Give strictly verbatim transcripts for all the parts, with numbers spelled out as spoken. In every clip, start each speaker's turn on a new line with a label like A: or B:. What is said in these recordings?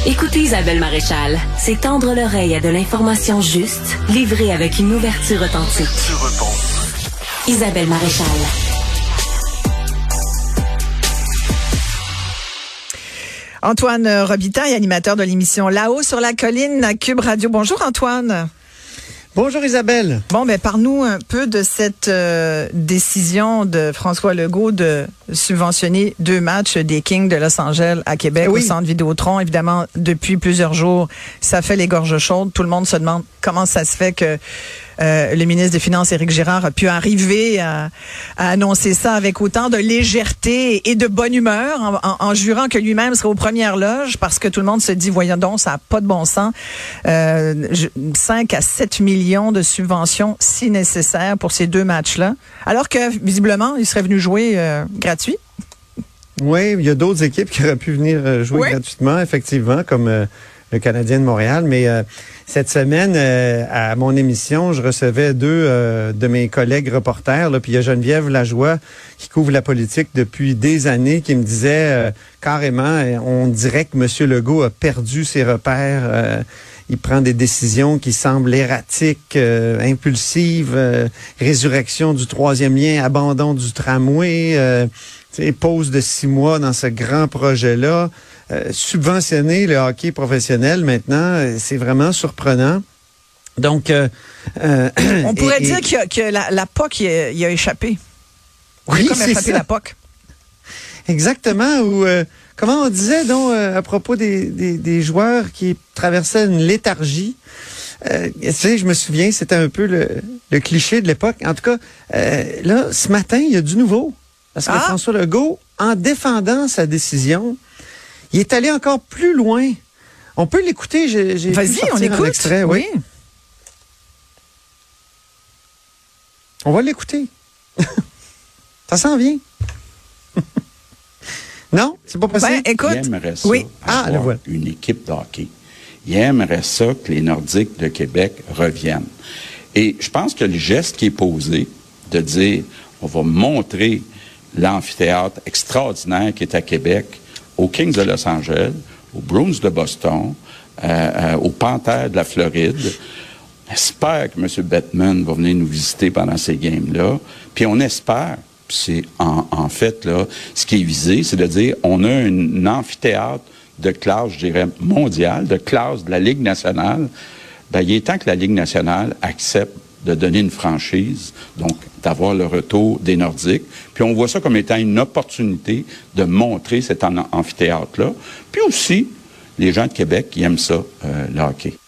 A: Écoutez Isabelle Maréchal, c'est tendre l'oreille à de l'information juste, livrée avec une ouverture authentique. Isabelle Maréchal.
B: Antoine Robitaille, animateur de l'émission Là-haut sur la colline à Cube Radio. Bonjour Antoine.
C: Bonjour Isabelle.
B: Bon, ben parle-nous un peu de cette euh, décision de François Legault de subventionner deux matchs des Kings de Los Angeles à Québec oui. au Centre Vidéotron. Évidemment, depuis plusieurs jours, ça fait les gorges chaudes. Tout le monde se demande comment ça se fait que euh, le ministre des Finances, Éric Girard, a pu arriver à, à annoncer ça avec autant de légèreté et de bonne humeur, en, en, en jurant que lui-même serait aux premières loges, parce que tout le monde se dit, voyons donc, ça n'a pas de bon sens. Euh, cinq à sept millions de subventions si nécessaire pour ces deux matchs-là, alors que, visiblement, il serait venu jouer euh, gratuit.
C: Oui, il y a d'autres équipes qui auraient pu venir jouer oui. gratuitement, effectivement, comme euh, le Canadien de Montréal, mais euh, cette semaine, euh, à mon émission, je recevais deux euh, de mes collègues reporters, là, puis il y a Geneviève Lajoie qui couvre la politique depuis des années, qui me disait euh, carrément, on dirait que M. Legault a perdu ses repères, euh, il prend des décisions qui semblent erratiques, euh, impulsives, euh, résurrection du troisième lien, abandon du tramway, euh, pause de six mois dans ce grand projet-là. Euh, subventionner le hockey professionnel maintenant, euh, c'est vraiment surprenant. Donc, euh, euh,
B: on pourrait
C: et,
B: dire
C: et,
B: que, que la, la P O C, il a, il a échappé.
C: Oui,
B: il a comme
C: c'est
B: échappé
C: ça.
B: la P O C.
C: Exactement. Ou euh, comment on disait donc euh, à propos des, des, des joueurs qui traversaient une léthargie. Euh, tu sais, je me souviens, c'était un peu le, le cliché de l'époque. En tout cas, euh, là, ce matin, il y a du nouveau. Parce que ah. François Legault, en défendant sa décision, il est allé encore plus loin. On peut l'écouter. J'ai, j'ai
B: Vas-y, on écoute.
C: Extrait, oui. oui. On va l'écouter. Ça s'en vient. Non, c'est pas possible.
B: Ben, écoute.
D: Il aimerait ça,
B: oui.
D: avoir
C: ah, le voilà.
D: une équipe de hockey. Il aimerait ça que les Nordiques de Québec reviennent. Et je pense que le geste qui est posé, de dire, on va montrer l'amphithéâtre extraordinaire qui est à Québec, aux Kings de Los Angeles, aux Bruins de Boston, euh, euh, aux Panthers de la Floride. J'espère que M. Bettman va venir nous visiter pendant ces games-là. Puis on espère, puis c'est en, en fait, là, ce qui est visé, c'est de dire, on a un amphithéâtre de classe, je dirais, mondiale, de classe de la Ligue nationale. Ben, il est temps que la Ligue nationale accepte de donner une franchise, donc d'avoir le retour des Nordiques. Puis on voit ça comme étant une opportunité de montrer cet en- amphithéâtre-là. Puis aussi, les gens de Québec qui aiment ça, euh, le hockey.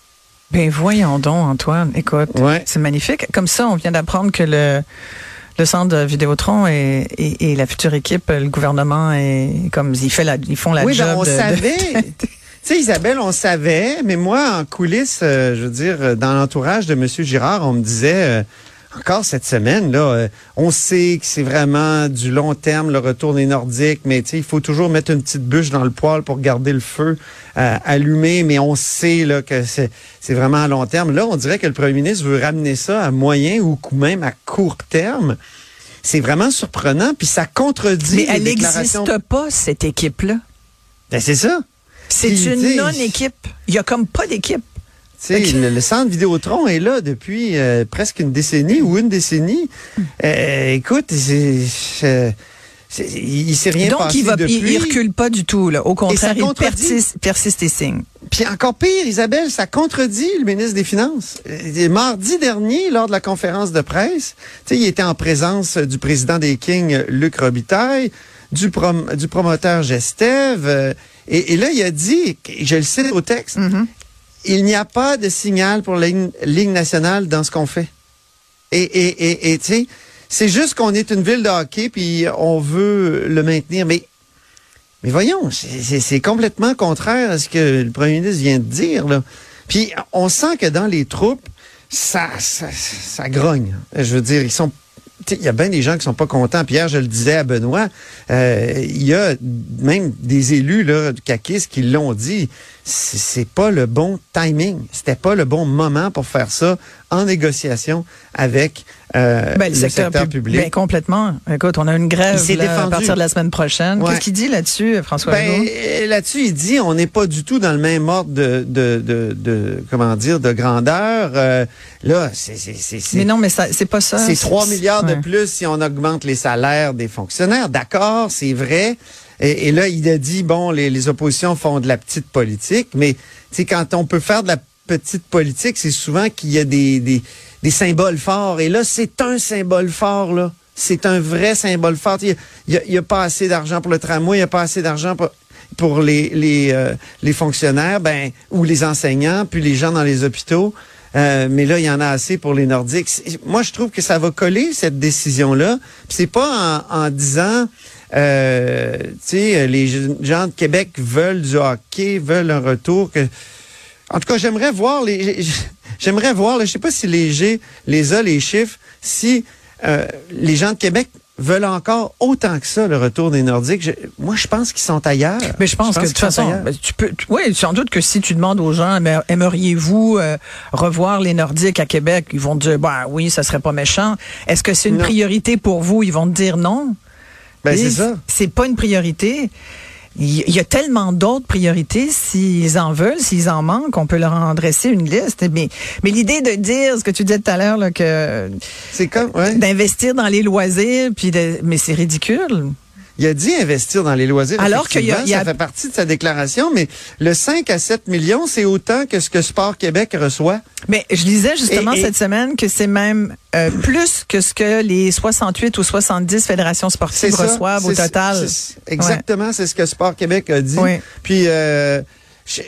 B: Ben voyons donc, Antoine. Écoute,
C: ouais.
B: c'est magnifique. Comme ça, on vient d'apprendre que le, le centre Vidéotron et, et, et la future équipe, le gouvernement, est comme ils, fait la, ils font la
C: oui,
B: job.
C: Oui, ben on
B: de,
C: savait...
B: de...
C: Tu sais, Isabelle, on savait, mais moi, en coulisses, euh, je veux dire, dans l'entourage de M. Girard, on me disait, euh, encore cette semaine, là, euh, on sait que c'est vraiment du long terme, le retour des Nordiques, mais tu sais, il faut toujours mettre une petite bûche dans le poêle pour garder le feu euh, allumé, mais on sait là que c'est, c'est vraiment à long terme. Là, on dirait que le premier ministre veut ramener ça à moyen ou même à court terme. C'est vraiment surprenant, puis ça contredit
B: mais
C: les
B: elle
C: déclarations...
B: n'existe pas, cette équipe-là.
C: Ben, c'est ça.
B: C'est
C: Puis,
B: une non-équipe. Il y a comme pas d'équipe.
C: Tu sais, le, le centre Vidéotron est là depuis euh, presque une décennie ou une décennie. Euh, écoute, c'est, c'est, c'est, il s'est rien
B: Donc,
C: passé
B: il va,
C: depuis.
B: il, il recule pas du tout, là. Au contraire, il
C: contredit...
B: persiste, persiste et signe.
C: Puis encore pire, Isabelle, ça contredit le ministre des Finances. Euh, mardi dernier, lors de la conférence de presse, tu sais, il était en présence du président des Kings, Luc Robitaille, du, prom- du promoteur Gestev, euh, et, et là, il a dit, je le cite au texte, mm-hmm. il n'y a pas de signal pour la Ligue nationale dans ce qu'on fait. Et, et, et, et tu sais, c'est juste qu'on est une ville de hockey puis on veut le maintenir. Mais, mais voyons, c'est, c'est, c'est complètement contraire à ce que le premier ministre vient de dire, là. Puis on sent que dans les troupes, ça, ça, ça grogne. Je veux dire, ils sont... Il y a bien des gens qui sont pas contents. Puis hier, je le disais à Benoît, euh, il y a même des élus là, du caquisme qui l'ont dit. C'est, c'est pas le bon timing. C'était pas le bon moment pour faire ça en négociation avec euh,
B: ben, le,
C: le
B: secteur,
C: secteur
B: pub-
C: public.
B: Ben, complètement. Écoute, on a une grève là, à partir de la semaine prochaine. Ouais. Qu'est-ce qu'il dit là-dessus, François
C: ben,
B: Legault?
C: Là-dessus, il dit on n'est pas du tout dans le même ordre de, de, de, de comment dire, de grandeur. Euh, là, c'est, c'est, c'est, c'est...
B: Mais non, mais ça, c'est pas ça.
C: C'est trois milliards
B: ouais.
C: de plus si on augmente les salaires des fonctionnaires. D'accord, c'est vrai. Et, et là, il a dit, bon, les, les oppositions font de la petite politique, mais tu sais, quand on peut faire de la petite politique, c'est souvent qu'il y a des, des, des symboles forts. Et là, c'est un symbole fort, là. C'est un vrai symbole fort. Il n'y a, a, a pas assez d'argent pour le tramway, il n'y a pas assez d'argent pour, pour les, les, euh, les fonctionnaires, ben, ou les enseignants, puis les gens dans les hôpitaux. Euh, mais là, il y en a assez pour les Nordiques. Moi, je trouve que ça va coller, cette décision-là. Puis c'est pas en, en disant... Euh, tu sais, les gens de Québec veulent du hockey, veulent un retour. Que... En tout cas, j'aimerais voir les, j'aimerais voir, là, je sais pas si les G les a les chiffres, si euh, les gens de Québec veulent encore autant que ça le retour des Nordiques. Je, moi, je pense qu'ils sont ailleurs.
B: Mais je pense, je pense que de toute façon, ben, tu peux, tu, oui, sans doute que si tu demandes aux gens, aimeriez-vous euh, revoir les Nordiques à Québec, ils vont te dire, bah oui, ça serait pas méchant. Est-ce que c'est une non. priorité pour vous? Ils vont te dire non.
C: Ben, c'est ça.
B: C'est pas une priorité. Il y a tellement d'autres priorités, s'ils en veulent, s'ils en manquent, on peut leur en dresser une liste. Mais, mais l'idée de dire ce que tu disais tout à l'heure, là, que
C: c'est comme ouais.
B: d'investir dans les loisirs, puis de, mais c'est ridicule.
C: Il a dit investir dans les loisirs.
B: Alors qu'il y a, il y a...
C: ça fait partie de sa déclaration, mais le cinq à sept millions, c'est autant que ce que Sport Québec reçoit.
B: Mais je lisais justement et, et... cette semaine que c'est même euh, plus que ce que les soixante-huit ou soixante-dix fédérations sportives
C: ça,
B: reçoivent au total.
C: C'est, exactement, ouais. C'est ce que Sport Québec a dit.
B: Oui.
C: Puis euh, je,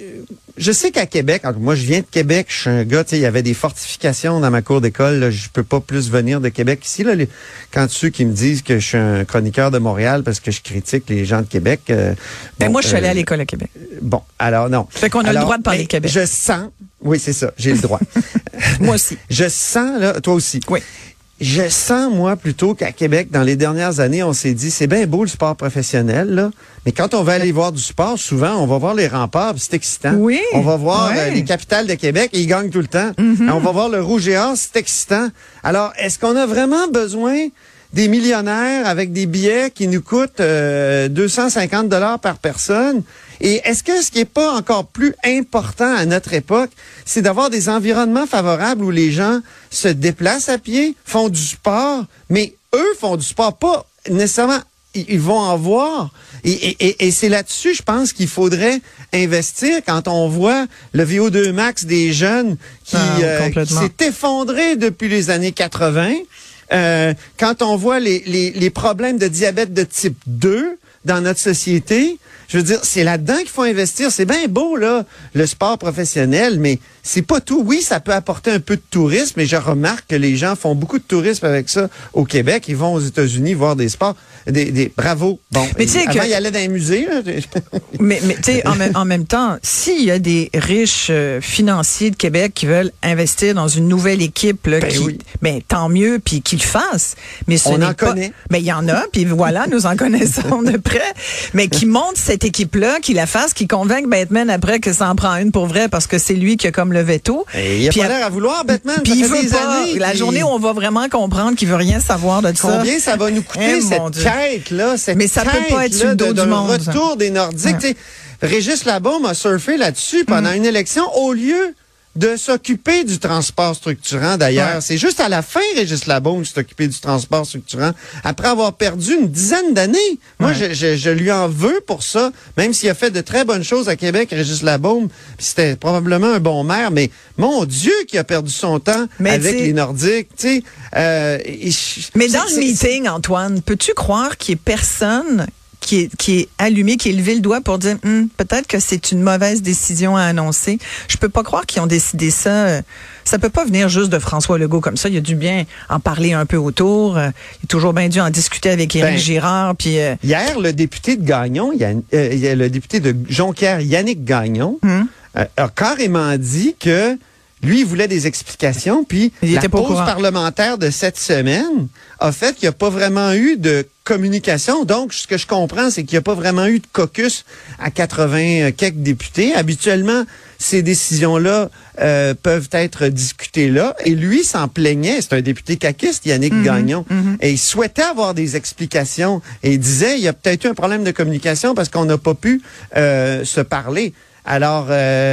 C: je sais qu'à Québec, moi je viens de Québec, je suis un gars, tu sais, il y avait des fortifications dans ma cour d'école, là, je peux pas plus venir de Québec ici. Là, les, quand ceux qui me disent que je suis un chroniqueur de Montréal parce que je critique les gens de Québec. Euh,
B: ben
C: bon,
B: moi, je suis
C: euh,
B: allé à l'école à Québec.
C: Bon, alors non.
B: Fait qu'on a
C: alors,
B: le droit de parler de Québec.
C: Je sens, oui, c'est ça, j'ai le droit.
B: Moi aussi.
C: Je sens, là, toi aussi.
B: Oui.
C: Je sens, moi, plutôt qu'à Québec, dans les dernières années, on s'est dit, c'est bien beau le sport professionnel, là, mais quand on va aller voir du sport, souvent, on va voir les remparts, puis c'est excitant.
B: Oui.
C: On va voir
B: ouais.
C: euh, les capitales de Québec, et ils gagnent tout le temps.
B: Mm-hmm.
C: On va voir le Rouge et Or, c'est excitant. Alors, est-ce qu'on a vraiment besoin des millionnaires avec des billets qui nous coûtent euh, deux cent cinquante dollars par personne? Et est-ce que ce qui est pas encore plus important à notre époque, c'est d'avoir des environnements favorables où les gens se déplacent à pied, font du sport, mais eux font du sport, pas nécessairement, ils vont en voir. Et, et, et c'est là-dessus, je pense, qu'il faudrait investir quand on voit le V O deux max des jeunes qui,
B: ah,
C: euh, qui s'est effondré depuis les années quatre-vingt. Euh, quand on voit les, les, les problèmes de diabète de type deux dans notre société, je veux dire, c'est là-dedans qu'il faut investir. C'est bien beau, là, le sport professionnel, mais c'est pas tout. Oui, ça peut apporter un peu de tourisme, mais je remarque que les gens font beaucoup de tourisme avec ça au Québec. Ils vont aux États-Unis voir des sports. Des, des, bravo. Bon,
B: mais tu sais
C: avant,
B: que...
C: ils allaient dans les musées. Là.
B: mais mais tu sais, en, en même temps, s'il y a des riches euh, financiers de Québec qui veulent investir dans une nouvelle équipe, là,
C: ben
B: qui,
C: oui.
B: ben, tant mieux, puis qu'ils le fassent. Mais ce
C: On
B: n'est
C: en
B: pas...
C: connaît.
B: Ben, il y en a, puis voilà, nous en connaissons de près. Mais qui montent cette équipe-là, qui la fasse, qui convainc Batman après que ça en prend une pour vrai parce que c'est lui qui a comme le veto.
C: Et il a pas l'air à vouloir, Batman.
B: Puis il veut
C: des
B: pas.
C: années,
B: la
C: puis...
B: journée où on va vraiment comprendre qu'il veut rien savoir de ça.
C: Combien ça va nous coûter,
B: eh,
C: cette quête-là, cette
B: Mais ça
C: quête,
B: peut pas être sur le dos
C: de,
B: du
C: de
B: monde.
C: retour des Nordiques. Ouais. Régis Labaume a surfé là-dessus pendant mm. une élection au lieu de s'occuper du transport structurant, d'ailleurs. Ouais. C'est juste à la fin, Régis Labaume s'est occupé du transport structurant, après avoir perdu une dizaine d'années. Moi, ouais. je, je, je lui en veux pour ça, même s'il a fait de très bonnes choses à Québec, Régis Labaume, puis c'était probablement un bon maire, mais mon Dieu, qui a perdu son temps mais avec les Nordiques, tu sais. Euh,
B: mais dans le meeting, Antoine, peux-tu croire qu'il n'y ait personne qui est, qui est allumé, qui est levé le doigt pour dire hm, peut-être que c'est une mauvaise décision à annoncer. Je peux pas croire qu'ils ont décidé ça. Ça peut pas venir juste de François Legault comme ça. Il a dû bien en parler un peu autour. Il a toujours bien dû en discuter avec Éric ben, Girard. Puis euh...
C: hier, le député de Gagnon, Yann, euh, le député de Jonquière, Yannick Gagnon, hum. euh, a carrément dit que Lui, il voulait des explications, puis
B: il
C: la pause parlementaire de cette semaine a fait qu'il n'y a pas vraiment eu de communication. Donc, ce que je comprends, c'est qu'il n'y a pas vraiment eu de caucus à quatre-vingts quelques députés. Habituellement, ces décisions-là euh, peuvent être discutées là. Et lui s'en plaignait. C'est un député caquiste, Yannick mm-hmm, Gagnon. Mm-hmm. Et il souhaitait avoir des explications. Et il disait, il y a peut-être eu un problème de communication parce qu'on n'a pas pu euh, se parler. Alors,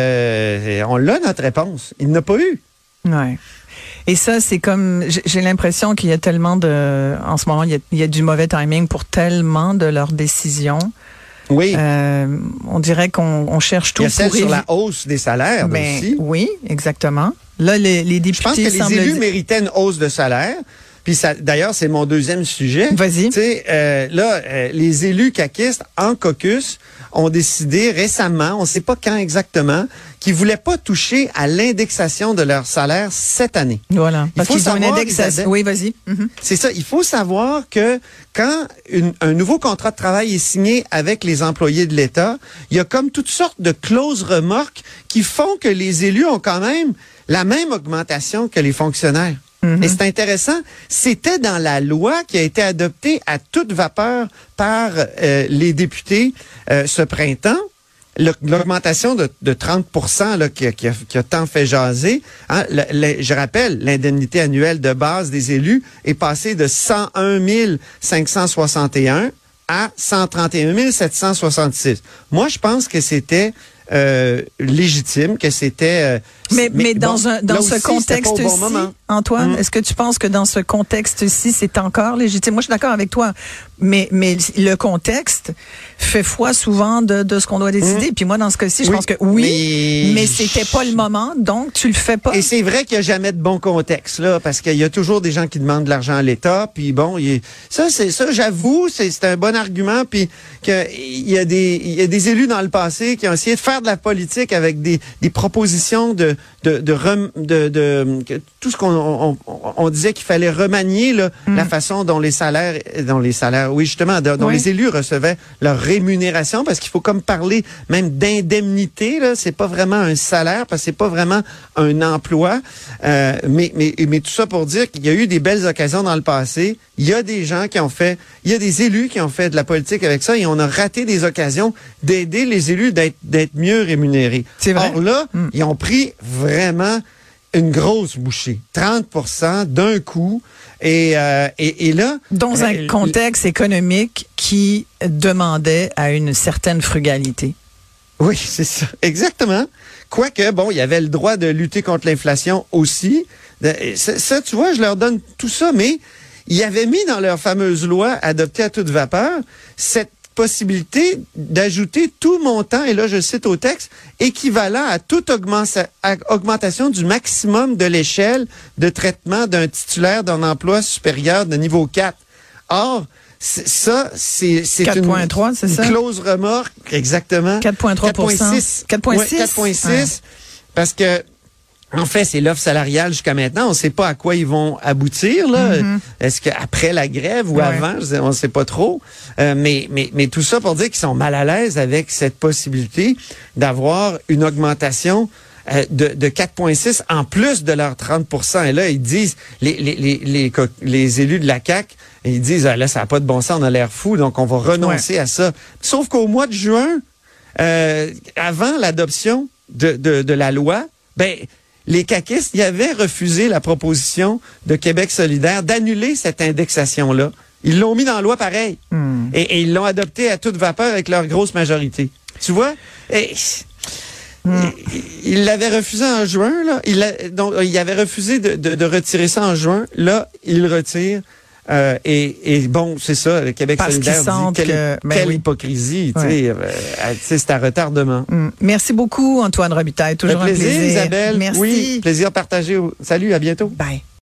C: euh, on l'a, notre réponse. Il n'a pas eu.
B: Ouais. Et ça, c'est comme, j'ai l'impression qu'il y a tellement de, en ce moment, il y a, il y a du mauvais timing pour tellement de leurs décisions.
C: Oui.
B: Euh, on dirait qu'on on cherche tout.
C: Il y a celle
B: pour
C: sur la hausse des salaires
B: ben,
C: aussi.
B: Oui, exactement. Là, les, les députés.
C: Je pense que les élus dire... méritaient une hausse de salaire. Puis ça, d'ailleurs, c'est mon deuxième sujet.
B: Vas-y.
C: Tu sais, euh, là, euh, les élus caquistes en caucus ont décidé récemment, on ne sait pas quand exactement, qu'ils voulaient pas toucher à l'indexation de leur salaire cette année.
B: Voilà.
C: Il faut
B: qu'ils
C: savoir,
B: ont une indexation.
C: Isabelle,
B: oui, vas-y. Mm-hmm.
C: C'est ça. Il faut savoir que quand une, un nouveau contrat de travail est signé avec les employés de l'État, il y a comme toutes sortes de clauses remorques qui font que les élus ont quand même la même augmentation que les fonctionnaires. Mm-hmm. Et c'est intéressant, c'était dans la loi qui a été adoptée à toute vapeur par euh, les députés euh, ce printemps. L'augmentation de, de trente pour cent là, qui, a, qui, a, qui a tant fait jaser. Hein, le, le, je rappelle, l'indemnité annuelle de base des élus est passée de cent un mille cinq cent soixante et un à cent trente et un mille sept cent soixante-six. Moi, je pense que c'était euh, légitime, que c'était... Euh,
B: mais, mais, mais dans, bon, un, dans ce
C: aussi,
B: contexte-ci, bon Antoine, mmh. est-ce que tu penses que dans ce contexte-ci, c'est encore légitime? Moi, je suis d'accord avec toi, mais, mais le contexte fait foi souvent de, de ce qu'on doit décider. Mmh. Puis moi, dans ce cas-ci, je oui, pense que oui, mais, mais c'était pas le moment, donc tu le fais pas.
C: Et c'est vrai qu'il n'y a jamais de bon contexte, là, parce qu'il y a toujours des gens qui demandent de l'argent à l'État, puis bon, il est, ça, c'est ça, j'avoue, c'est, c'est un bon argument, puis qu'il y a des, il y a des élus dans le passé qui ont essayé de faire de la politique avec des, des propositions de, de, de, rem, de, de, de tout ce qu'on on, on, on disait qu'il fallait remanier là, mm. la façon dont les salaires, dont les salaires, oui justement, de, dont oui. les élus recevaient leur rémunération, parce qu'il faut comme parler même d'indemnité, là, c'est pas vraiment un salaire, parce que c'est pas vraiment un emploi, euh, mais, mais, mais tout ça pour dire qu'il y a eu des belles occasions dans le passé. Il y a des gens qui ont fait, il y a des élus qui ont fait de la politique avec ça, et on a raté des occasions d'aider les élus d'être, d'être mieux rémunérés.
B: C'est vrai.
C: Or là, mm. ils ont pris vraiment une grosse bouchée, trente pour cent d'un coup, et, euh, et, et là...
B: Dans un euh, contexte économique qui demandait à une certaine frugalité.
C: Oui, c'est ça, exactement. Quoique, bon, il y avait le droit de lutter contre l'inflation aussi. Ça, ça, tu vois, je leur donne tout ça, mais ils avaient mis dans leur fameuse loi adoptée à toute vapeur cette possibilité d'ajouter tout montant, et là je cite au texte, équivalent à toute augmenta- à augmentation du maximum de l'échelle de traitement d'un titulaire d'un emploi supérieur de niveau quatre. Or, c'est, ça, c'est, c'est
B: quatre virgule trois, c'est
C: une
B: ça?
C: clause remorque, exactement.
B: quatre virgule trois pour cent. quatre virgule six.
C: Ouais, quatre virgule six, ah. Parce que en fait, c'est l'offre salariale jusqu'à maintenant. On ne sait pas à quoi ils vont aboutir. Là. Mm-hmm. Est-ce qu'après la grève ou ouais. avant? On ne sait pas trop. Euh, mais, mais, mais tout ça pour dire qu'ils sont mal à l'aise avec cette possibilité d'avoir une augmentation euh, de, de quatre virgule six en plus de leurs trente pour cent. Et là, ils disent, les, les, les, les, les élus de la C A Q, ils disent, ah, là, ça n'a pas de bon sens, on a l'air fou, donc on va renoncer ouais. à ça. Sauf qu'au mois de juin, euh, avant l'adoption de, de, de la loi, ben les caquistes y avaient refusé la proposition de Québec solidaire d'annuler cette indexation-là. Ils l'ont mis dans la loi pareil. Mm. Et, et ils l'ont adopté à toute vapeur avec leur grosse majorité. Tu vois? Et, mm. Ils l'avaient refusé en juin, là. Il a, donc, il avait refusé de, de, de retirer ça en juin. Là, il le retire. Euh, et, et bon, c'est ça, le Québec
B: Parce
C: solidaire dit quelle,
B: que, ben
C: quelle
B: oui.
C: hypocrisie,
B: ouais.
C: tu sais, euh, c'est à retardement.
B: Mm. Merci beaucoup, Antoine Robitaille. Toujours
C: un plaisir,
B: un plaisir.
C: Isabelle.
B: Merci.
C: Oui, plaisir partagé. Salut, à bientôt.
B: Bye.